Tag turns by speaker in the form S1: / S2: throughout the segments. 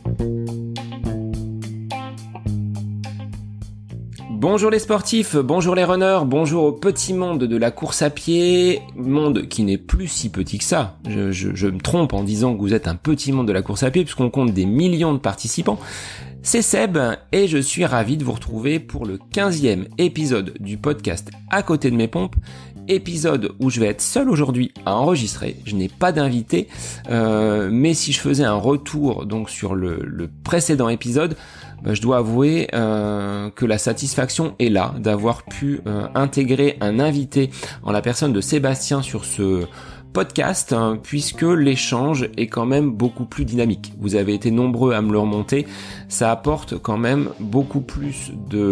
S1: Bonjour les sportifs, bonjour les runners, bonjour au petit monde de la course à pied, monde qui n'est plus si petit que ça. Je me trompe en disant que vous êtes un petit monde de la course à pied puisqu'on compte des millions de participants. C'est Seb et je suis ravi de vous retrouver pour le 15e épisode du podcast À côté de mes pompes. Épisode où je vais être seul aujourd'hui à enregistrer, je n'ai pas d'invité, mais si je faisais un retour donc sur le précédent épisode, je dois avouer que la satisfaction est là d'avoir pu intégrer un invité en la personne de Sébastien sur ce podcast, puisque l'échange est quand même beaucoup plus dynamique. Vous avez été nombreux à me le remonter, ça apporte quand même beaucoup plus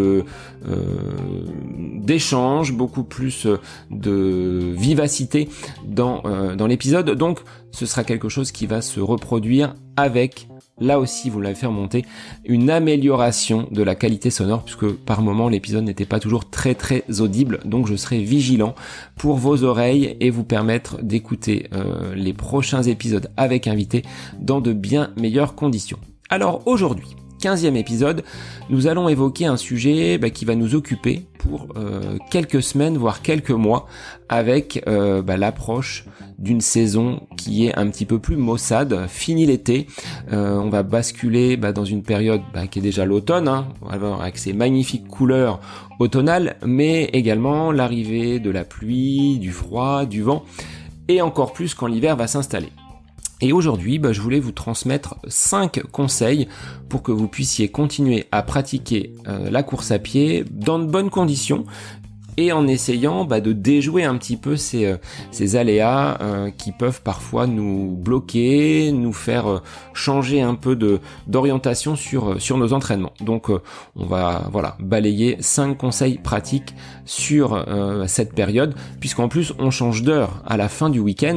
S1: d'échanges, beaucoup plus de vivacité dans l'épisode, donc ce sera quelque chose qui va se reproduire avec, là aussi vous l'avez fait remonter, une amélioration de la qualité sonore, puisque par moment l'épisode n'était pas toujours très audible, donc je serai vigilant pour vos oreilles et vous permettre d'écouter les prochains épisodes avec invités dans de bien meilleures conditions. Alors aujourd'hui, 15e épisode, nous allons évoquer un sujet qui va nous occuper pour quelques semaines, voire quelques mois, avec l'approche d'une saison qui est un petit peu plus maussade. Fini l'été, on va basculer dans une période qui est déjà l'automne, avec ses magnifiques couleurs automnales, mais également l'arrivée de la pluie, du froid, du vent, et encore plus quand l'hiver va s'installer. Et aujourd'hui, je voulais vous transmettre 5 conseils pour que vous puissiez continuer à pratiquer la course à pied dans de bonnes conditions et en essayant de déjouer un petit peu ces aléas qui peuvent parfois nous bloquer, nous faire changer un peu d'orientation sur nos entraînements. Donc on va balayer 5 conseils pratiques sur cette période, puisqu'en plus on change d'heure à la fin du week-end,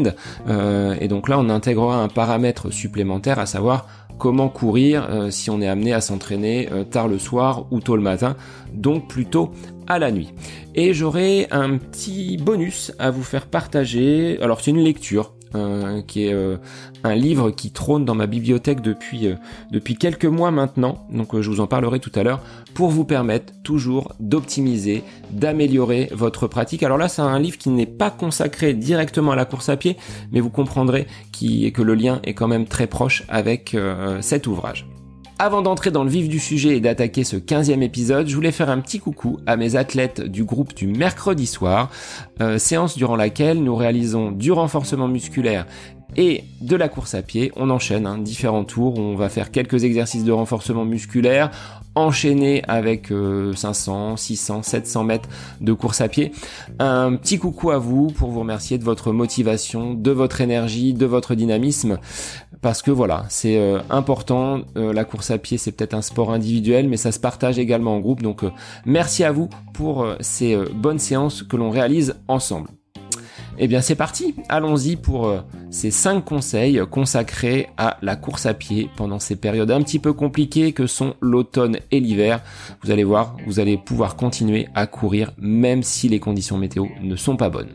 S1: et donc là on intégrera un paramètre supplémentaire, à savoir comment courir si on est amené à s'entraîner tard le soir ou tôt le matin, donc plutôt à la nuit. Et j'aurai un petit bonus à vous faire partager. Alors c'est une lecture qui est un livre qui trône dans ma bibliothèque depuis quelques mois maintenant, donc je vous en parlerai tout à l'heure, pour vous permettre toujours d'optimiser, d'améliorer votre pratique. Alors là c'est un livre qui n'est pas consacré directement à la course à pied, mais vous comprendrez que le lien est quand même très proche avec cet ouvrage. Avant d'entrer dans le vif du sujet et d'attaquer ce 15e épisode, je voulais faire un petit coucou à mes athlètes du groupe du mercredi soir, séance durant laquelle nous réalisons du renforcement musculaire et de la course à pied. On enchaîne différents tours, on va faire quelques exercices de renforcement musculaire, enchaîner avec 500, 600, 700 mètres de course à pied. Un petit coucou à vous pour vous remercier de votre motivation, de votre énergie, de votre dynamisme, parce que c'est important. La course à pied c'est peut-être un sport individuel, mais ça se partage également en groupe, donc merci à vous pour ces bonnes séances que l'on réalise ensemble. Eh bien c'est parti, allons-y pour ces 5 conseils consacrés à la course à pied pendant ces périodes un petit peu compliquées que sont l'automne et l'hiver. Vous allez voir, vous allez pouvoir continuer à courir même si les conditions météo ne sont pas bonnes.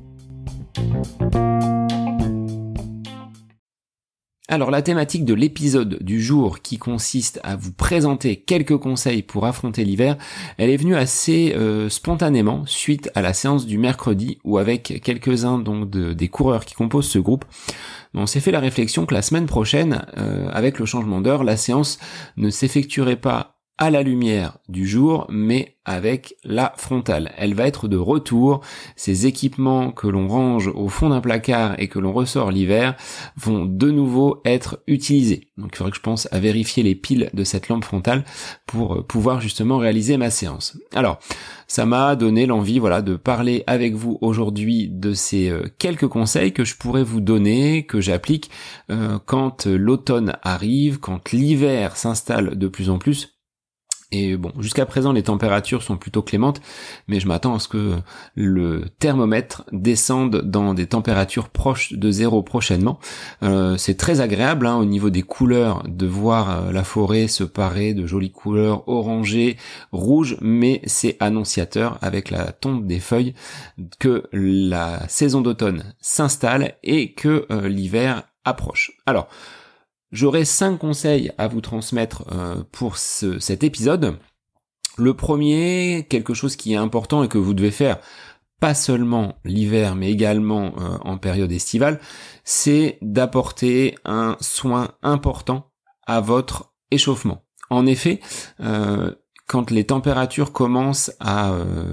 S1: Alors la thématique de l'épisode du jour, qui consiste à vous présenter quelques conseils pour affronter l'hiver, elle est venue assez spontanément suite à la séance du mercredi, où avec quelques-uns des coureurs qui composent ce groupe, on s'est fait la réflexion que la semaine prochaine, avec le changement d'heure, la séance ne s'effectuerait pas à la lumière du jour, mais avec la frontale. Elle va être de retour. Ces équipements que l'on range au fond d'un placard et que l'on ressort l'hiver vont de nouveau être utilisés. Donc il faudrait que je pense à vérifier les piles de cette lampe frontale pour pouvoir justement réaliser ma séance. Alors, ça m'a donné l'envie de parler avec vous aujourd'hui de ces quelques conseils que je pourrais vous donner, que j'applique quand l'automne arrive, quand l'hiver s'installe de plus en plus. Et bon, jusqu'à présent les températures sont plutôt clémentes, mais je m'attends à ce que le thermomètre descende dans des températures proches de 0 prochainement. C'est très agréable au niveau des couleurs de voir la forêt se parer de jolies couleurs orangées, rouges, mais c'est annonciateur avec la tombe des feuilles que la saison d'automne s'installe et que l'hiver approche. Alors, J'aurai 5 conseils à vous transmettre pour cet épisode. Le premier, quelque chose qui est important et que vous devez faire pas seulement l'hiver mais également en période estivale, c'est d'apporter un soin important à votre échauffement. En effet, quand les températures commencent à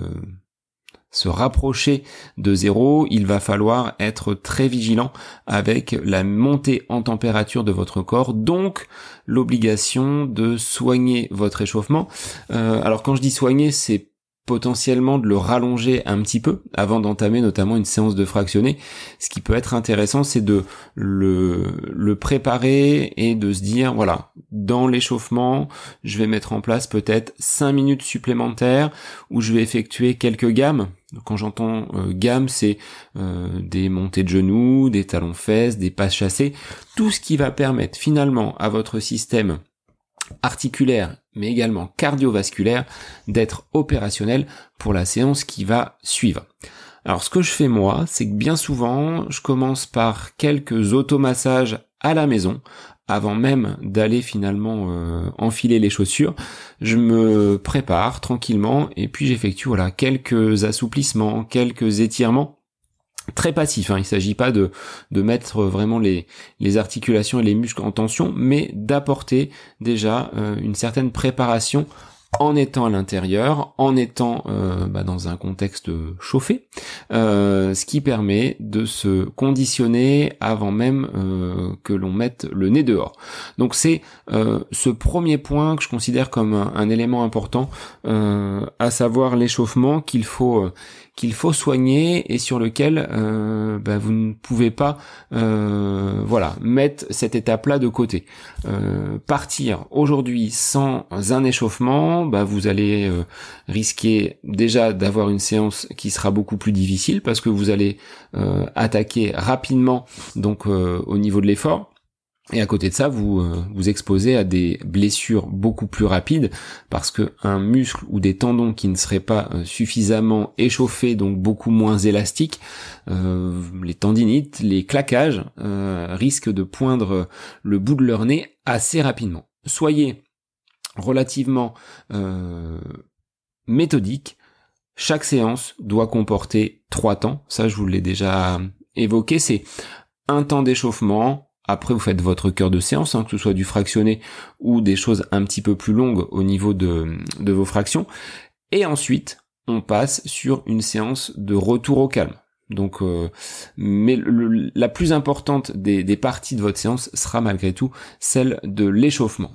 S1: se rapprocher de zéro, il va falloir être très vigilant avec la montée en température de votre corps, donc l'obligation de soigner votre échauffement. Alors quand je dis soigner, c'est potentiellement de le rallonger un petit peu avant d'entamer notamment une séance de fractionné. Ce qui peut être intéressant, c'est de le préparer et de se dire, voilà, dans l'échauffement, je vais mettre en place peut-être 5 minutes supplémentaires où je vais effectuer quelques gammes. Quand j'entends gamme, c'est des montées de genoux, des talons-fesses, des passes chassées, tout ce qui va permettre finalement à votre système articulaire mais également cardiovasculaire d'être opérationnel pour la séance qui va suivre. Alors ce que je fais moi, c'est que bien souvent, je commence par quelques automassages à la maison avant même d'aller finalement enfiler les chaussures. Je me prépare tranquillement et puis j'effectue quelques assouplissements, quelques étirements. Très passif, il s'agit pas de mettre vraiment les articulations et les muscles en tension, mais d'apporter déjà une certaine préparation en étant à l'intérieur, en étant dans un contexte chauffé, ce qui permet de se conditionner avant même que l'on mette le nez dehors. Donc c'est ce premier point que je considère comme un élément important, à savoir l'échauffement qu'il faut soigner et sur lequel vous ne pouvez pas mettre cette étape-là de côté. Partir aujourd'hui sans un échauffement, vous allez risquer déjà d'avoir une séance qui sera beaucoup plus difficile parce que vous allez attaquer rapidement donc au niveau de l'effort. Et à côté de ça, vous vous exposez à des blessures beaucoup plus rapides parce que un muscle ou des tendons qui ne seraient pas suffisamment échauffés, donc beaucoup moins élastiques, les tendinites, les claquages risquent de poindre le bout de leur nez assez rapidement. Soyez relativement méthodique. Chaque séance doit comporter 3 temps. Ça, je vous l'ai déjà évoqué. C'est un temps d'échauffement. Après, vous faites votre cœur de séance, que ce soit du fractionné ou des choses un petit peu plus longues au niveau de vos fractions. Et ensuite, on passe sur une séance de retour au calme. Donc, mais la plus importante des parties de votre séance sera malgré tout celle de l'échauffement.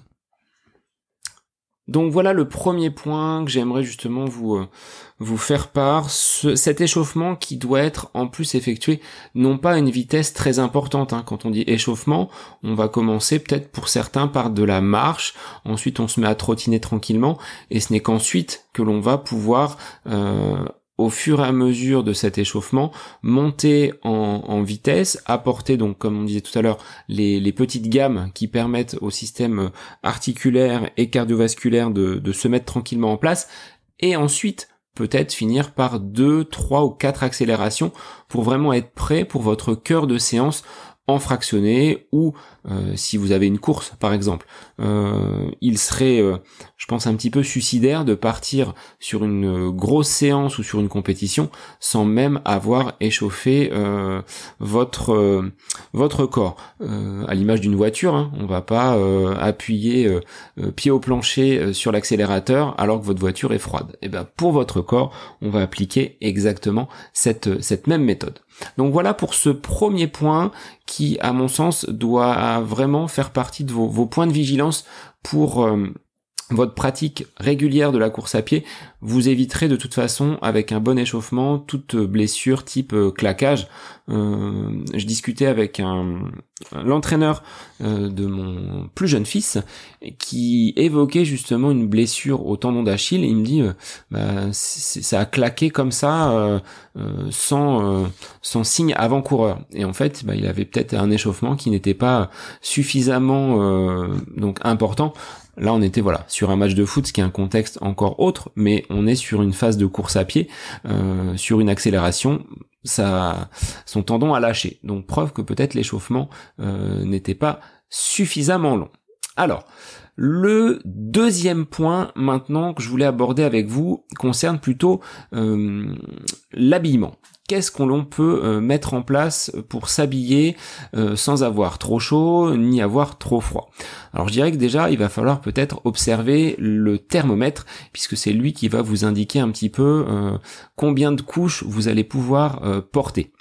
S1: Donc voilà le premier point que j'aimerais justement vous faire part, cet échauffement qui doit être en plus effectué non pas à une vitesse très importante. Quand on dit échauffement, on va commencer peut-être pour certains par de la marche, ensuite on se met à trottiner tranquillement et ce n'est qu'ensuite que l'on va pouvoir au fur et à mesure de cet échauffement, monter en vitesse, apporter donc, comme on disait tout à l'heure, les petites gammes qui permettent au système articulaire et cardiovasculaire de se mettre tranquillement en place, et ensuite peut-être finir par 2, 3 ou 4 accélérations pour vraiment être prêt pour votre cœur de séance en fractionné ou si vous avez une course par exemple. Il serait, je pense, un petit peu suicidaire de partir sur une grosse séance ou sur une compétition sans même avoir échauffé votre corps. À l'image d'une voiture, on va pas appuyer pied au plancher sur l'accélérateur alors que votre voiture est froide. Et pour votre corps, on va appliquer exactement cette même méthode. Donc voilà pour ce premier point qui, à mon sens, doit vraiment faire partie de vos points de vigilance pour votre pratique régulière de la course à pied. Vous éviterez de toute façon, avec un bon échauffement, toute blessure type claquage. Je discutais avec l'entraîneur de mon plus jeune fils qui évoquait justement une blessure au tendon d'Achille. Il me dit ça a claqué comme ça sans signe avant-coureur. Et en fait, il avait peut-être un échauffement qui n'était pas suffisamment donc important. Là, on était sur un match de foot, ce qui est un contexte encore autre, mais on est sur une phase de course à pied, sur une accélération. Son tendon a lâché. Donc preuve que peut-être l'échauffement n'était pas suffisamment long. Alors, le deuxième point maintenant que je voulais aborder avec vous concerne plutôt l'habillement. Qu'est-ce qu'on peut mettre en place pour s'habiller sans avoir trop chaud ni avoir trop froid? Alors je dirais que déjà il va falloir peut-être observer le thermomètre, puisque c'est lui qui va vous indiquer un petit peu combien de couches vous allez pouvoir porter.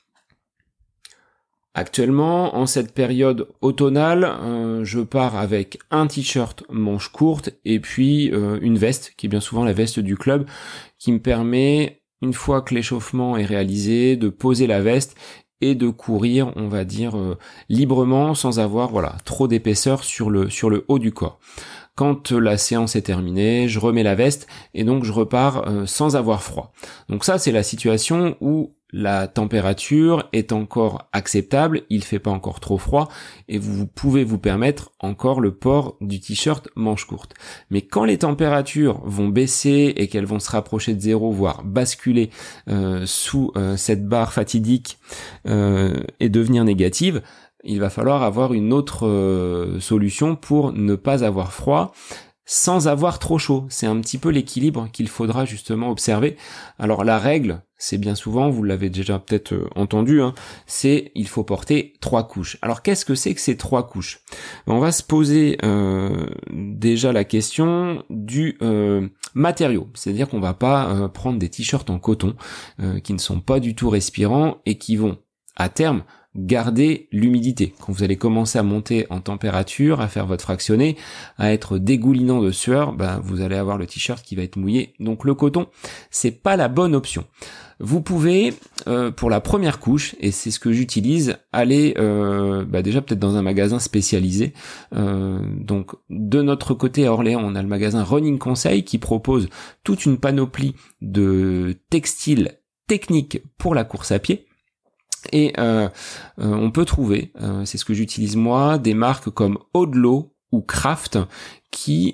S1: Actuellement, en cette période automnale, je pars avec un t-shirt manche courte et puis une veste, qui est bien souvent la veste du club, qui me permet, une fois que l'échauffement est réalisé, de poser la veste et de courir, on va dire, librement, sans avoir trop d'épaisseur sur le haut du corps. Quand la séance est terminée, je remets la veste et donc je repars sans avoir froid. Donc ça, c'est la situation où la température est encore acceptable, il fait pas encore trop froid et vous pouvez vous permettre encore le port du t-shirt manche courte. Mais quand les températures vont baisser et qu'elles vont se rapprocher de zéro, voire basculer sous cette barre fatidique et devenir négative, il va falloir avoir une autre solution pour ne pas avoir froid sans avoir trop chaud. C'est un petit peu l'équilibre qu'il faudra justement observer. Alors la règle, c'est bien souvent, vous l'avez déjà peut-être entendu, c'est il faut porter 3 couches. Alors qu'est-ce que c'est que ces 3 couches? On va se poser déjà la question du matériau. C'est-à-dire qu'on va pas prendre des t-shirts en coton qui ne sont pas du tout respirants et qui vont, à terme, garder l'humidité. Quand vous allez commencer à monter en température, à faire votre fractionné, à être dégoulinant de sueur, vous allez avoir le t-shirt qui va être mouillé. Donc le coton, c'est pas la bonne option. Vous pouvez, pour la première couche, et c'est ce que j'utilise, aller déjà peut-être dans un magasin spécialisé. Donc de notre côté à Orléans, on a le magasin Running Conseil qui propose toute une panoplie de textiles techniques pour la course à pied. Et on peut trouver, c'est ce que j'utilise moi, des marques comme Odlo ou Craft qui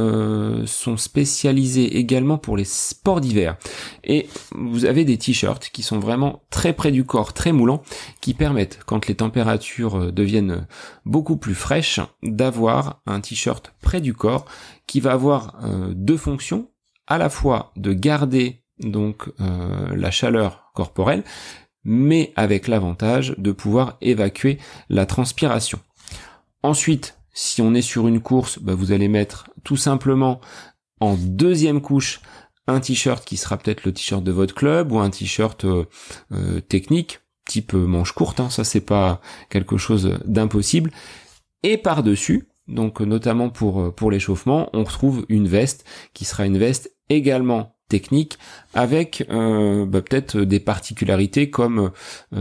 S1: sont spécialisées également pour les sports d'hiver. Et vous avez des t-shirts qui sont vraiment très près du corps, très moulants, qui permettent, quand les températures deviennent beaucoup plus fraîches, d'avoir un t-shirt près du corps qui va avoir 2 fonctions, à la fois de garder donc la chaleur corporelle, mais avec l'avantage de pouvoir évacuer la transpiration. Ensuite, si on est sur une course, vous allez mettre tout simplement en deuxième couche un t-shirt qui sera peut-être le t-shirt de votre club ou un t-shirt technique, type manche courte, ça c'est pas quelque chose d'impossible. Et par-dessus, donc notamment pour l'échauffement, on retrouve une veste qui sera une veste également technique avec peut-être des particularités comme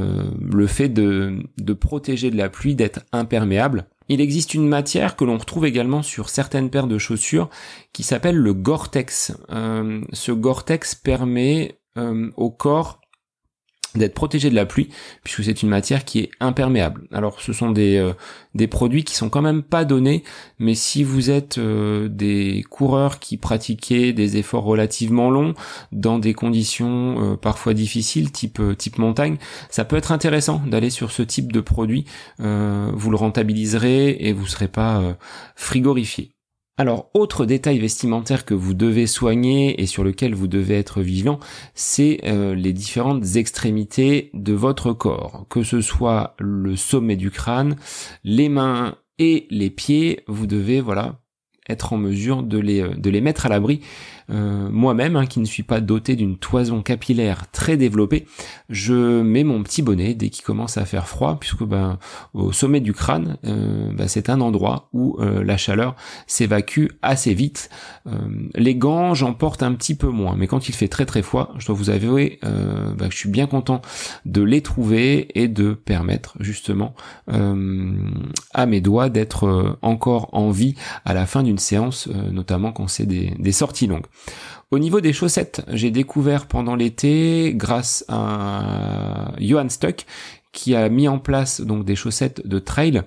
S1: le fait de protéger de la pluie, d'être imperméable. Il existe une matière que l'on retrouve également sur certaines paires de chaussures qui s'appelle le Gore-Tex. Ce Gore-Tex permet au corps d'être protégé de la pluie, puisque c'est une matière qui est imperméable. Alors ce sont des produits qui sont quand même pas donnés, mais si vous êtes des coureurs qui pratiquaient des efforts relativement longs, dans des conditions parfois difficiles, type montagne, ça peut être intéressant d'aller sur ce type de produit, vous le rentabiliserez et vous serez pas frigorifié. Alors, autre détail vestimentaire que vous devez soigner et sur lequel vous devez être vigilant, c'est les différentes extrémités de votre corps. Que ce soit le sommet du crâne, les mains et les pieds, vous devez être en mesure de les mettre à l'abri. Moi-même, qui ne suis pas doté d'une toison capillaire très développée, je mets mon petit bonnet dès qu'il commence à faire froid, puisque au sommet du crâne, c'est un endroit où la chaleur s'évacue assez vite. Les gants, j'en porte un petit peu moins, mais quand il fait très très froid, je dois vous avouer que je suis bien content de les trouver et de permettre justement à mes doigts d'être encore en vie à la fin d'une séance, notamment quand c'est des sorties longues. Au niveau des chaussettes, j'ai découvert pendant l'été, grâce à Johan Stuck, qui a mis en place donc des chaussettes de trail.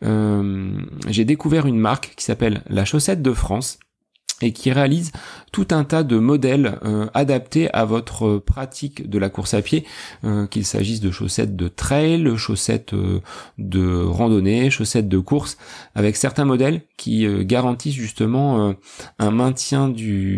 S1: J'ai découvert une marque qui s'appelle La Chaussette de France et qui réalise tout un tas de modèles adaptés à votre pratique de la course à pied, qu'il s'agisse de chaussettes de trail, chaussettes de randonnée, chaussettes de course, avec certains modèles qui garantissent justement un maintien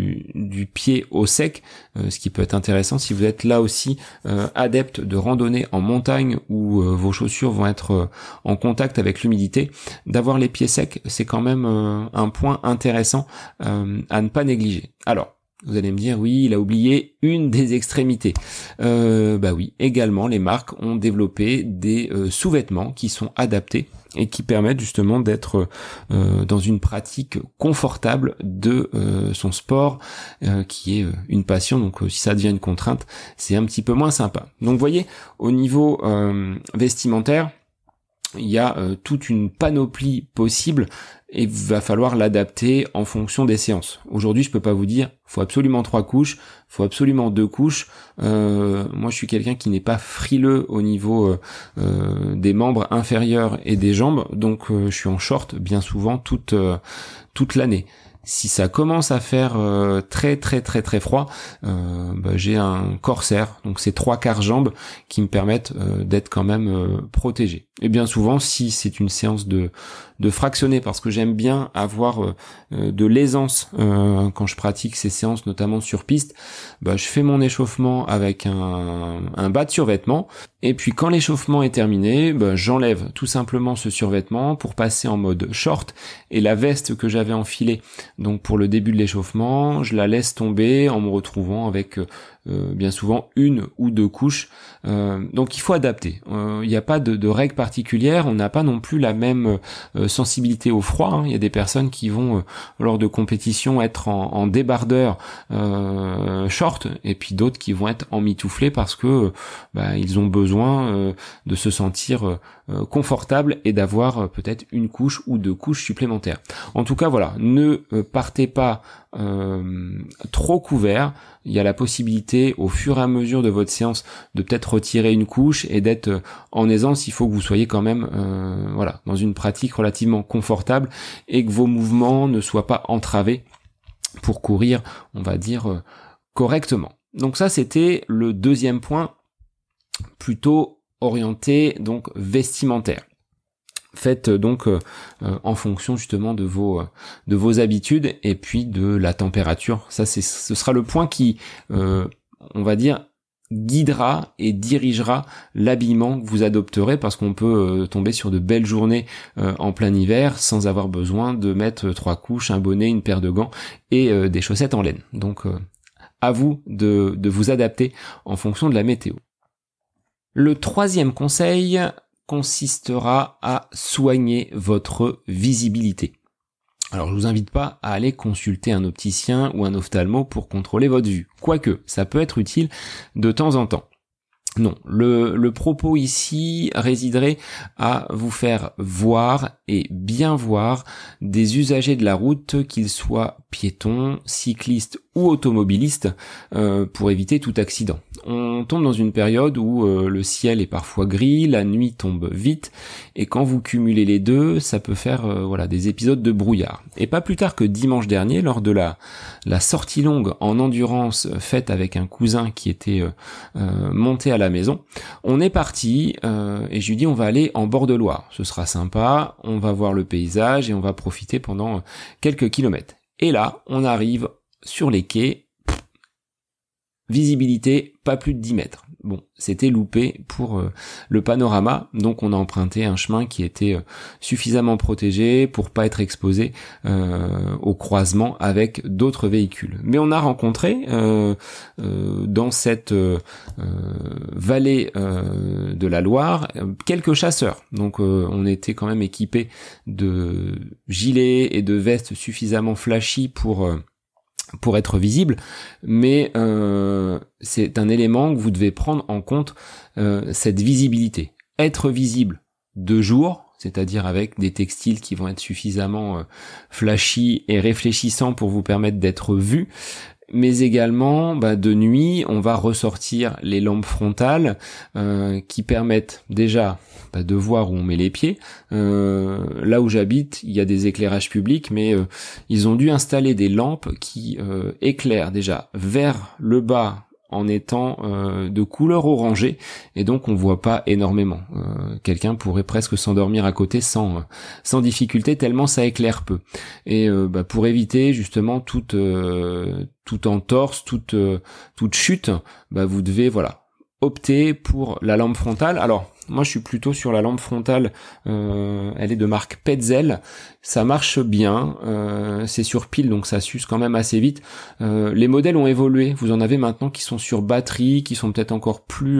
S1: du pied au sec, ce qui peut être intéressant si vous êtes là aussi adepte de randonnée en montagne où vos chaussures vont être en contact avec l'humidité. D'avoir les pieds secs, c'est quand même un point intéressant à ne pas négliger. Alors, vous allez me dire, oui, il a oublié une des extrémités. Bah oui, également, les marques ont développé des sous-vêtements qui sont adaptés et qui permettent justement d'être dans une pratique confortable de son sport, qui est une passion. Donc, si ça devient une contrainte, c'est un petit peu moins sympa. Donc, vous voyez, au niveau vestimentaire, il y a toute une panoplie possible et il va falloir l'adapter en fonction des séances. Aujourd'hui, je peux pas vous dire, faut absolument 3 couches, faut absolument 2 couches. Moi, je suis quelqu'un qui n'est pas frileux au niveau des membres inférieurs et des jambes, donc je suis en short bien souvent toute l'année. Si ça commence à faire très froid, j'ai un corsaire, donc c'est 3/4 jambes qui me permettent d'être quand même protégé. Et bien souvent, si c'est une séance de fractionner, parce que j'aime bien avoir de l'aisance quand je pratique ces séances, notamment sur piste, je fais mon échauffement avec un bas de survêtement, et puis quand l'échauffement est terminé, j'enlève tout simplement ce survêtement pour passer en mode short, et la veste que j'avais enfilée donc pour le début de l'échauffement, je la laisse tomber en me retrouvant avec bien souvent 1 ou 2 couches. Donc il faut adapter. Il n'y a pas de règle particulière. On n'a pas non plus la même sensibilité au froid. Il y a des personnes qui vont lors de compétitions être en débardeur short, et puis d'autres qui vont être en mitouflé parce que ils ont besoin de se sentir confortable et d'avoir peut-être 1 couche ou 2 couches supplémentaires. En tout cas, voilà, ne partez pas trop couvert. Il y a la possibilité au fur et à mesure de votre séance de peut-être retirer 1 couche et d'être en aisance. Il faut que vous soyez quand même dans une pratique relativement confortable et que vos mouvements ne soient pas entravés pour courir, on va dire, correctement. Donc ça, c'était le 2e point, plutôt orienté donc vestimentaire. Faites donc en fonction justement de vos habitudes et puis de la température. Ça, ce sera le point qui, on va dire, guidera et dirigera l'habillement que vous adopterez, parce qu'on peut tomber sur de belles journées en plein hiver sans avoir besoin de mettre 3 couches, un bonnet, une paire de gants et des chaussettes en laine. Donc à vous de vous adapter en fonction de la météo. Le 3e conseil consistera à soigner votre visibilité. Alors je vous invite pas à aller consulter un opticien ou un ophtalmo pour contrôler votre vue, quoique ça peut être utile de temps en temps. Non, le propos ici résiderait à vous faire voir et bien voir des usagers de la route, qu'ils soient piétons, cyclistes ou automobilistes, pour éviter tout accident. On tombe dans une période où le ciel est parfois gris, la nuit tombe vite, et quand vous cumulez les deux, ça peut faire des épisodes de brouillard. Et pas plus tard que dimanche dernier, lors de la sortie longue en endurance faite avec un cousin qui était monté à la maison, on est parti et je lui dis on va aller en bord de Loire, ce sera sympa, on va voir le paysage et on va profiter pendant quelques kilomètres. Et là, on arrive sur les quais, visibilité pas plus de 10 mètres. Bon, c'était loupé pour le panorama, donc on a emprunté un chemin qui était suffisamment protégé pour pas être exposé au croisement avec d'autres véhicules. Mais on a rencontré dans cette vallée de la Loire quelques chasseurs. Donc on était quand même équipés de gilets et de vestes suffisamment flashy pour être visible, mais c'est un élément que vous devez prendre en compte, cette visibilité. Être visible de jour, c'est-à-dire avec des textiles qui vont être suffisamment flashy et réfléchissants pour vous permettre d'être vu, mais également de nuit on va ressortir les lampes frontales qui permettent déjà de voir où on met les pieds. Là où j'habite, il y a des éclairages publics, mais ils ont dû installer des lampes qui éclairent déjà vers le bas en étant de couleur orangée, et donc on voit pas énormément. Quelqu'un pourrait presque s'endormir à côté sans difficulté, tellement ça éclaire peu. Et pour éviter justement toute entorse, toute chute, vous devez opter pour la lampe frontale. Alors moi je suis plutôt sur la lampe frontale, elle est de marque Petzl, ça marche bien, c'est sur pile donc ça s'use quand même assez vite. Les modèles ont évolué, vous en avez maintenant qui sont sur batterie, qui sont peut-être encore plus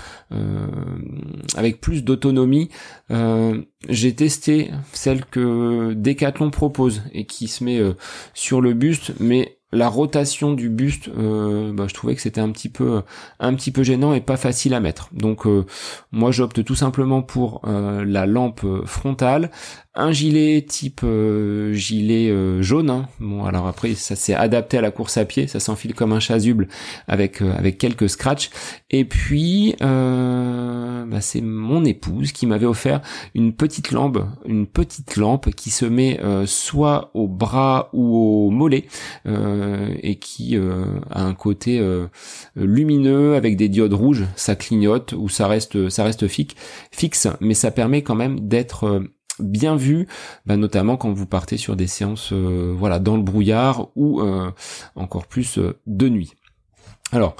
S1: avec plus d'autonomie. J'ai testé celle que Decathlon propose et qui se met sur le buste, mais la rotation du buste, je trouvais que c'était un petit peu gênant et pas facile à mettre. Donc moi j'opte tout simplement pour la lampe frontale, un gilet type gilet jaune. Hein. Bon alors après ça s'est adapté à la course à pied, ça s'enfile comme un chasuble avec quelques scratchs. Et puis c'est mon épouse qui m'avait offert une petite lampe qui se met soit au bras ou au mollet. Et qui a un côté lumineux avec des diodes rouges, ça clignote ou ça reste fixe, mais ça permet quand même d'être bien vu, notamment quand vous partez sur des séances dans le brouillard ou encore plus de nuit. Alors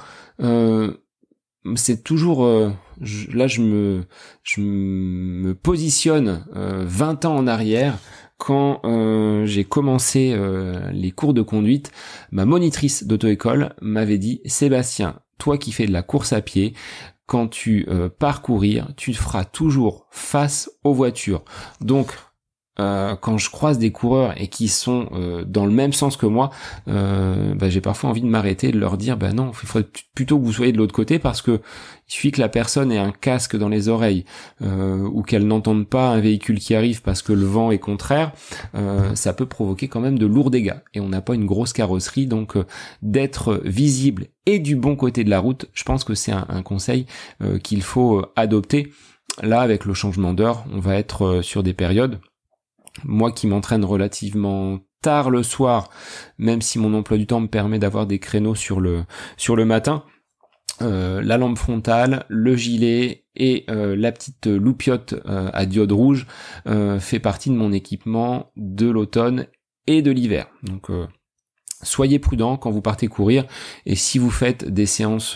S1: c'est toujours là je me positionne 20 ans en arrière. Quand j'ai commencé les cours de conduite, ma monitrice d'auto-école m'avait dit « Sébastien, toi qui fais de la course à pied, quand tu pars courir, tu te feras toujours face aux voitures. » Donc, quand je croise des coureurs et qui sont dans le même sens que moi, j'ai parfois envie de m'arrêter et de leur dire non, il faudrait plutôt que vous soyez de l'autre côté, parce que il suffit que la personne ait un casque dans les oreilles ou qu'elle n'entende pas un véhicule qui arrive parce que le vent est contraire, ça peut provoquer quand même de lourds dégâts, et on n'a pas une grosse carrosserie, donc d'être visible et du bon côté de la route, je pense que c'est un conseil qu'il faut adopter. Là, avec le changement d'heure, on va être sur des périodes. Moi qui m'entraîne relativement tard le soir, même si mon emploi du temps me permet d'avoir des créneaux sur le matin, la lampe frontale, le gilet et la petite loupiote à diode rouge fait partie de mon équipement de l'automne et de l'hiver. Donc soyez prudents quand vous partez courir, et si vous faites des séances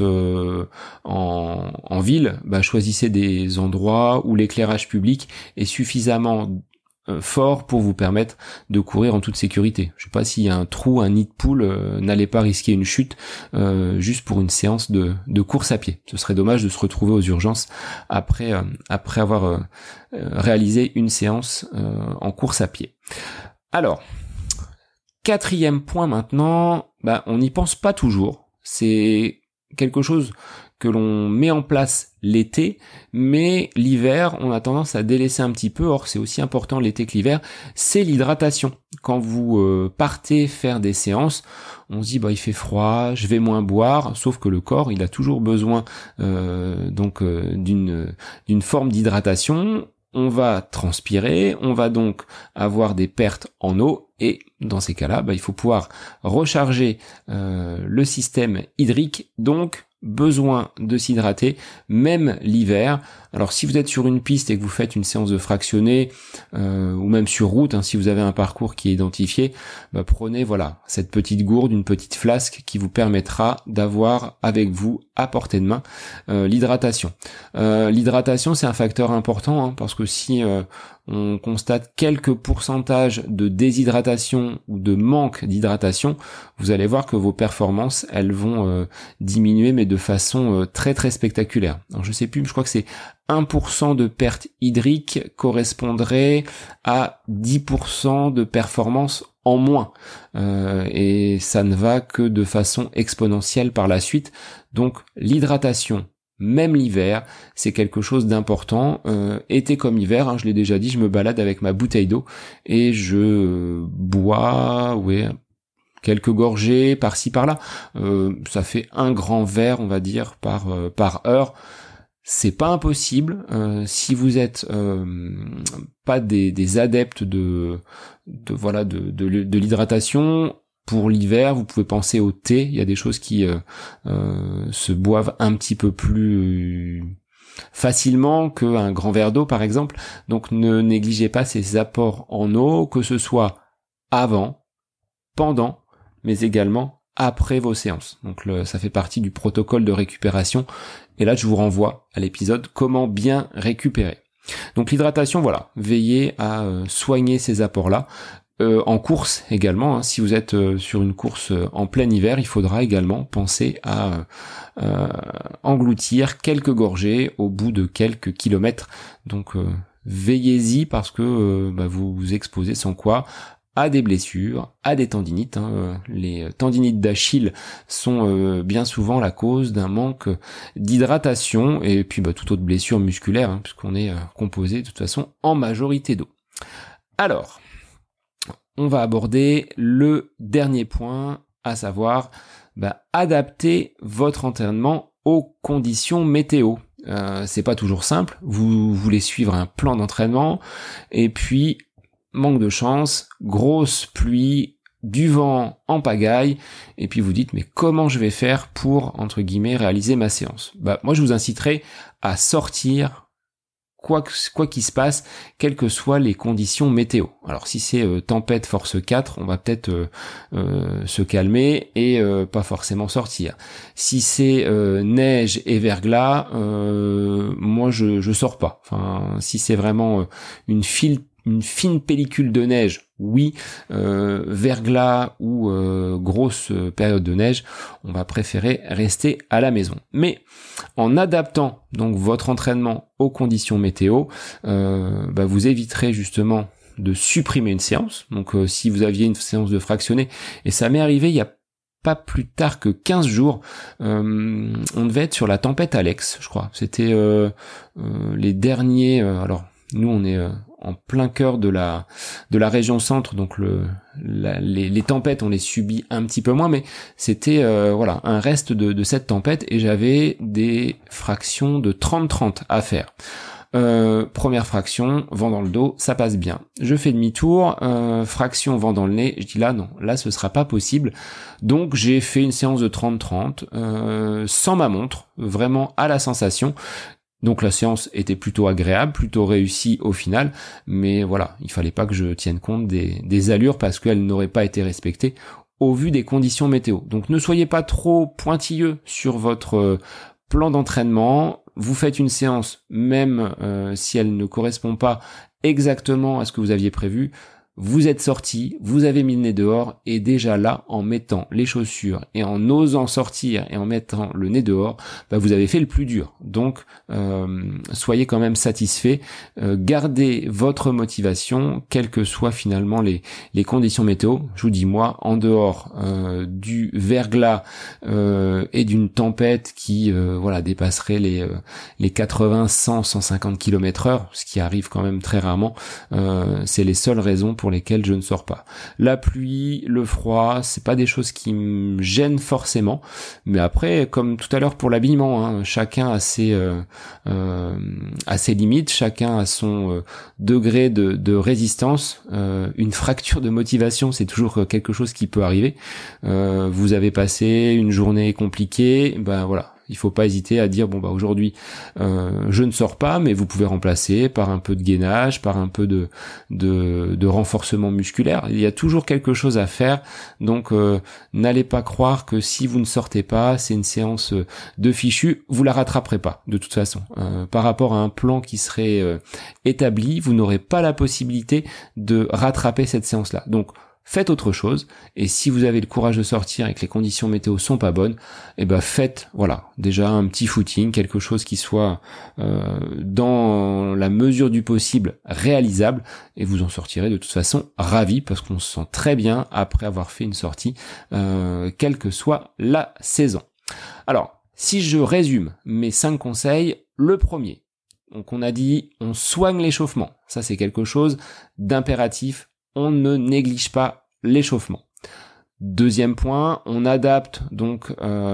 S1: en ville, choisissez des endroits où l'éclairage public est suffisamment fort pour vous permettre de courir en toute sécurité. Je sais pas s'il y a un trou, un nid de poule, n'allez pas risquer une chute juste pour une séance de course à pied. Ce serait dommage de se retrouver aux urgences après avoir réalisé une séance en course à pied. Alors, 4e point maintenant, on n'y pense pas toujours. C'est quelque chose que l'on met en place l'été, mais l'hiver, on a tendance à délaisser un petit peu. Or, c'est aussi important l'été que l'hiver, c'est l'hydratation. Quand vous partez faire des séances, on se dit il fait froid, je vais moins boire, sauf que le corps, il a toujours besoin d'une forme d'hydratation. On va transpirer, on va donc avoir des pertes en eau, et dans ces cas-là, il faut pouvoir recharger le système hydrique, donc besoin de s'hydrater, même l'hiver. Alors si vous êtes sur une piste et que vous faites une séance de fractionné, ou même sur route, si vous avez un parcours qui est identifié, prenez cette petite gourde, une petite flasque qui vous permettra d'avoir avec vous à portée de main l'hydratation. L'hydratation, c'est un facteur important, parce que si on constate quelques pourcentages de déshydratation ou de manque d'hydratation, vous allez voir que vos performances, elles vont diminuer, mais de façon très très spectaculaire. Alors je sais plus, je crois que c'est 1% de perte hydrique correspondrait à 10% de performance en moins. Et ça ne va que de façon exponentielle par la suite. Donc l'hydratation, même l'hiver, c'est quelque chose d'important. Été comme hiver, je l'ai déjà dit, je me balade avec ma bouteille d'eau et je bois quelques gorgées par-ci par-là. Ça fait un grand verre, on va dire, par heure. C'est pas impossible. Si vous êtes pas des adeptes de l'hydratation, pour l'hiver, vous pouvez penser au thé. Il y a des choses qui se boivent un petit peu plus facilement qu'un grand verre d'eau, par exemple. Donc ne négligez pas ces apports en eau, que ce soit avant, pendant, mais également après vos séances. Donc ça fait partie du protocole de récupération. Et là, je vous renvoie à l'épisode comment bien récupérer. Donc l'hydratation, voilà, veillez à soigner ces apports-là. En course également, hein, si vous êtes sur une course en plein hiver, il faudra également penser à engloutir quelques gorgées au bout de quelques kilomètres. Donc veillez-y parce que vous vous exposez sans quoi à des blessures, à des tendinites. Les tendinites d'Achille sont bien souvent la cause d'un manque d'hydratation et puis toute autre blessure musculaire, puisqu'on est composé de toute façon en majorité d'eau. Alors, on va aborder le dernier point, à savoir adapter votre entraînement aux conditions météo. C'est pas toujours simple, vous voulez suivre un plan d'entraînement, et puis manque de chance, grosse pluie, du vent en pagaille, et puis vous dites mais comment je vais faire pour, entre guillemets, réaliser ma séance? Moi je vous inciterai à sortir quoi qu'il se passe, quelles que soient les conditions météo. Alors si c'est tempête force 4, on va peut-être se calmer et pas forcément sortir. Si c'est neige et verglas, moi je sors pas. Enfin, si c'est vraiment une fine pellicule de neige, oui, verglas ou grosse période de neige, on va préférer rester à la maison. Mais en adaptant donc votre entraînement aux conditions météo, vous éviterez justement de supprimer une séance. Donc si vous aviez une séance de fractionné, et ça m'est arrivé il y a pas plus tard que 15 jours, on devait être sur la tempête Alex, je crois. C'était les derniers... alors nous on est en plein cœur de la région centre, donc les tempêtes on les subit un petit peu moins, mais c'était un reste de cette tempête, et j'avais des fractions de 30-30 à faire. Première fraction, vent dans le dos, ça passe bien. Je fais demi-tour, fraction vent dans le nez, je dis là ce sera pas possible. Donc j'ai fait une séance de 30-30 sans ma montre, vraiment à la sensation. Donc la séance était plutôt agréable, plutôt réussie au final, mais voilà, il fallait pas que je tienne compte des allures parce qu'elles n'auraient pas été respectées au vu des conditions météo. Donc ne soyez pas trop pointilleux sur votre plan d'entraînement. Vous faites une séance, même si elle ne correspond pas exactement à ce que vous aviez prévu. Vous êtes sorti, vous avez mis le nez dehors, et déjà là, en mettant les chaussures et en osant sortir et en mettant le nez dehors, vous avez fait le plus dur. Donc, soyez quand même satisfait, gardez votre motivation, quelles que soient finalement les conditions météo. Je vous dis, moi, en dehors du verglas et d'une tempête qui dépasserait les 80, 100, 150 km/h, ce qui arrive quand même très rarement, c'est les seules raisons pour lesquelles je ne sors pas. La pluie, le froid, c'est pas des choses qui me gênent forcément, mais après, comme tout à l'heure pour l'habillement, chacun a ses limites, chacun a son degré de résistance. Une fracture de motivation, c'est toujours quelque chose qui peut arriver. Vous avez passé une journée compliquée, il faut pas hésiter à dire aujourd'hui je ne sors pas, mais vous pouvez remplacer par un peu de gainage, par un peu de renforcement musculaire. Il y a toujours quelque chose à faire, donc n'allez pas croire que si vous ne sortez pas, c'est une séance de fichu, vous la rattraperez pas de toute façon. Par rapport à un plan qui serait établi, vous n'aurez pas la possibilité de rattraper cette séance-là. Donc faites autre chose, et si vous avez le courage de sortir et que les conditions météo sont pas bonnes, faites déjà un petit footing, quelque chose qui soit dans la mesure du possible réalisable, et vous en sortirez de toute façon ravi, parce qu'on se sent très bien après avoir fait une sortie, quelle que soit la saison. Alors, si je résume mes 5 conseils, le premier, donc on a dit on soigne l'échauffement, ça c'est quelque chose d'impératif. On ne néglige pas l'échauffement. Deuxième point, on adapte donc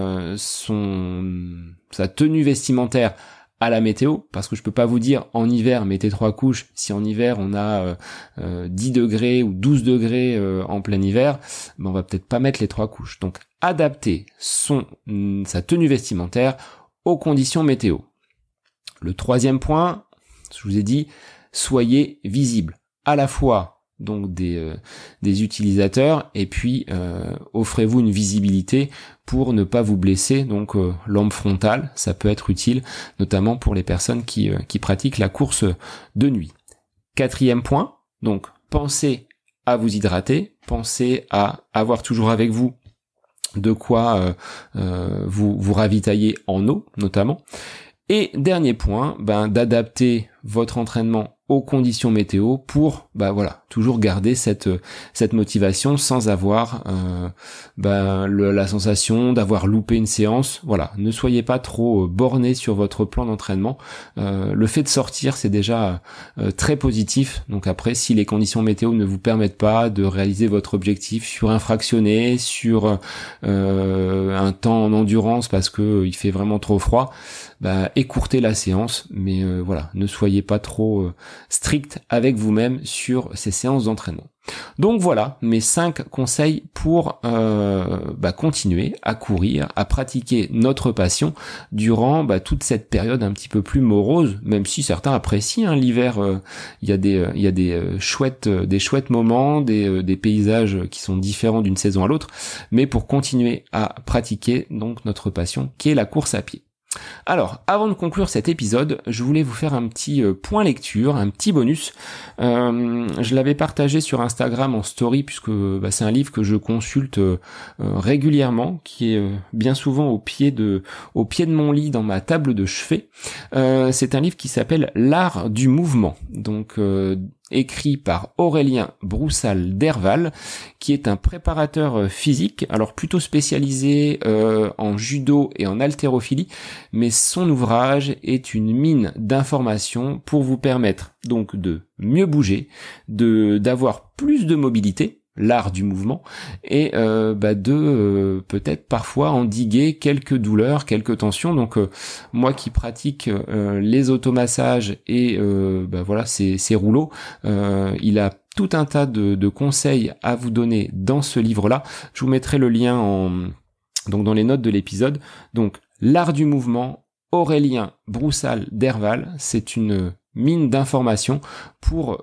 S1: sa tenue vestimentaire à la météo, parce que je peux pas vous dire en hiver mettez 3 couches, si en hiver on a 10 degrés ou 12 degrés en plein hiver, on va peut-être pas mettre les 3 couches. Donc adapter sa tenue vestimentaire aux conditions météo. Le troisième point, je vous ai dit, soyez visible, à la fois donc des utilisateurs et puis offrez-vous une visibilité pour ne pas vous blesser. Donc lampe frontale, ça peut être utile, notamment pour les personnes qui pratiquent la course de nuit. Quatrième point, donc pensez à vous hydrater, pensez à avoir toujours avec vous de quoi vous ravitailler en eau notamment. Et dernier point, d'adapter votre entraînement aux conditions météo pour toujours garder cette motivation sans avoir la sensation d'avoir loupé une séance. Voilà, ne soyez pas trop borné sur votre plan d'entraînement. Le fait de sortir, c'est déjà très positif. Donc après, si les conditions météo ne vous permettent pas de réaliser votre objectif sur un fractionné, sur un temps en endurance parce que il fait vraiment trop froid, écourtez la séance, mais ne soyez pas trop strict avec vous-même sur ces séances d'entraînement. Donc voilà mes 5 conseils pour continuer à courir, à pratiquer notre passion durant toute cette période un petit peu plus morose, même si certains apprécient l'hiver. Il y a des chouettes moments, des paysages qui sont différents d'une saison à l'autre, mais pour continuer à pratiquer donc notre passion qui est la course à pied. Alors, avant de conclure cet épisode, je voulais vous faire un petit point lecture, un petit bonus. Je l'avais partagé sur Instagram en story puisque c'est un livre que je consulte régulièrement, qui est bien souvent au pied de mon lit dans ma table de chevet. C'est un livre qui s'appelle L'art du mouvement. Donc écrit par Aurélien Broussal-Derval, qui est un préparateur physique, alors plutôt spécialisé en judo et en haltérophilie, mais son ouvrage est une mine d'informations pour vous permettre donc de mieux bouger, d'avoir plus de mobilité, l'art du mouvement, et de peut-être parfois endiguer quelques douleurs, quelques tensions. Donc moi qui pratique les automassages et ces rouleaux, il a tout un tas de conseils à vous donner dans ce livre-là. Je vous mettrai le lien dans les notes de l'épisode. Donc l'art du mouvement, Aurélien Broussal-Derval, c'est une mine d'informations pour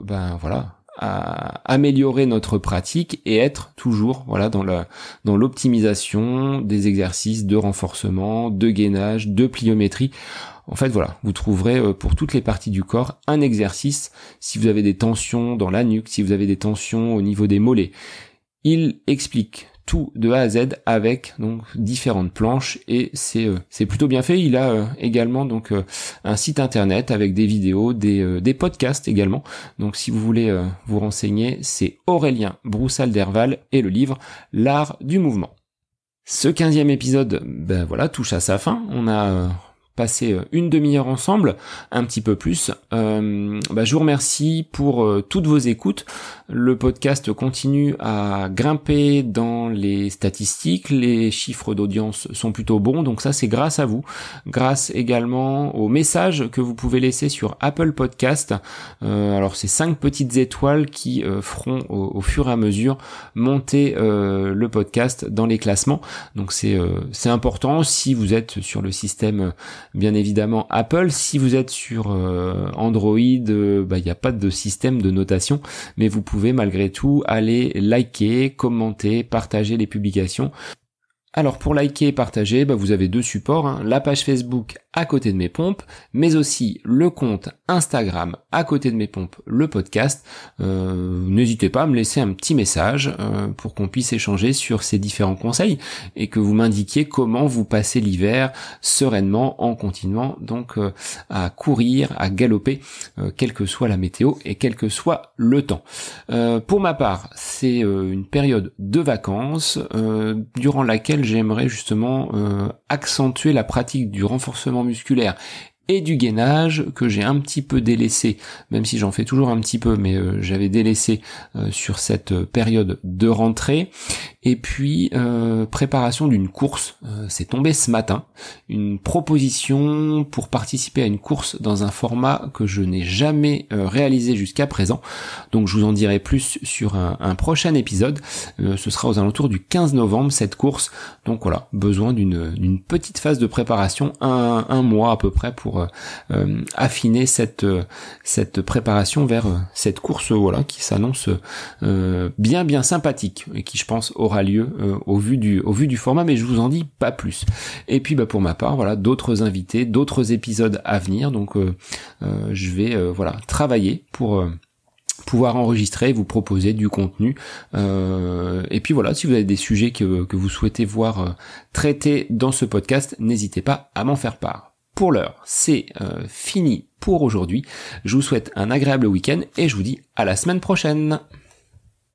S1: à améliorer notre pratique et être toujours dans l'optimisation des exercices de renforcement, de gainage, de pliométrie. En fait, vous trouverez pour toutes les parties du corps un exercice si vous avez des tensions dans la nuque, si vous avez des tensions au niveau des mollets. Il explique tout de A à Z avec donc différentes planches et c'est plutôt bien fait. Il a également donc un site internet avec des vidéos, des podcasts également. Donc si vous voulez vous renseigner, c'est Aurélien Broussal-Derval et le livre L'art du mouvement. Ce 15e épisode touche à sa fin. On a passer une demi-heure ensemble, un petit peu plus. Je vous remercie pour toutes vos écoutes. Le podcast continue à grimper dans les statistiques, les chiffres d'audience sont plutôt bons, donc ça c'est grâce à vous, grâce également aux messages que vous pouvez laisser sur Apple Podcast. Alors c'est 5 petites étoiles qui feront au fur et à mesure monter le podcast dans les classements. Donc c'est important si vous êtes sur le système bien évidemment Apple. Si vous êtes sur Android, il n'y a pas de système de notation, mais vous pouvez malgré tout aller liker, commenter, partager les publications. Alors pour liker et partager, vous avez 2 supports, la page Facebook à côté de mes pompes, mais aussi le compte Instagram à côté de mes pompes, le podcast. N'hésitez pas à me laisser un petit message pour qu'on puisse échanger sur ces différents conseils et que vous m'indiquiez comment vous passez l'hiver sereinement en continuant donc à courir, à galoper, quelle que soit la météo et quel que soit le temps. Pour ma part, c'est une période de vacances durant laquelle j'aimerais justement accentuer la pratique du renforcement musculaire et du gainage que j'ai un petit peu délaissé, même si j'en fais toujours un petit peu, mais j'avais délaissé sur cette période de rentrée. Et puis préparation d'une course, c'est tombé ce matin, une proposition pour participer à une course dans un format que je n'ai jamais réalisé jusqu'à présent. Donc je vous en dirai plus sur un prochain épisode. Ce sera aux alentours du 15 novembre cette course. Donc voilà, besoin d'une petite phase de préparation, un mois à peu près pour affiner cette préparation vers cette course qui s'annonce bien sympathique et qui je pense aura lieu au vu du format, mais je vous en dis pas plus. Et puis pour ma part, voilà, d'autres invités, d'autres épisodes à venir, donc je vais travailler pour pouvoir enregistrer, vous proposer du contenu, et puis voilà, si vous avez des sujets que vous souhaitez voir traités dans ce podcast, n'hésitez pas à m'en faire part. Pour l'heure, c'est fini pour aujourd'hui. Je vous souhaite un agréable week-end et je vous dis à la semaine prochaine.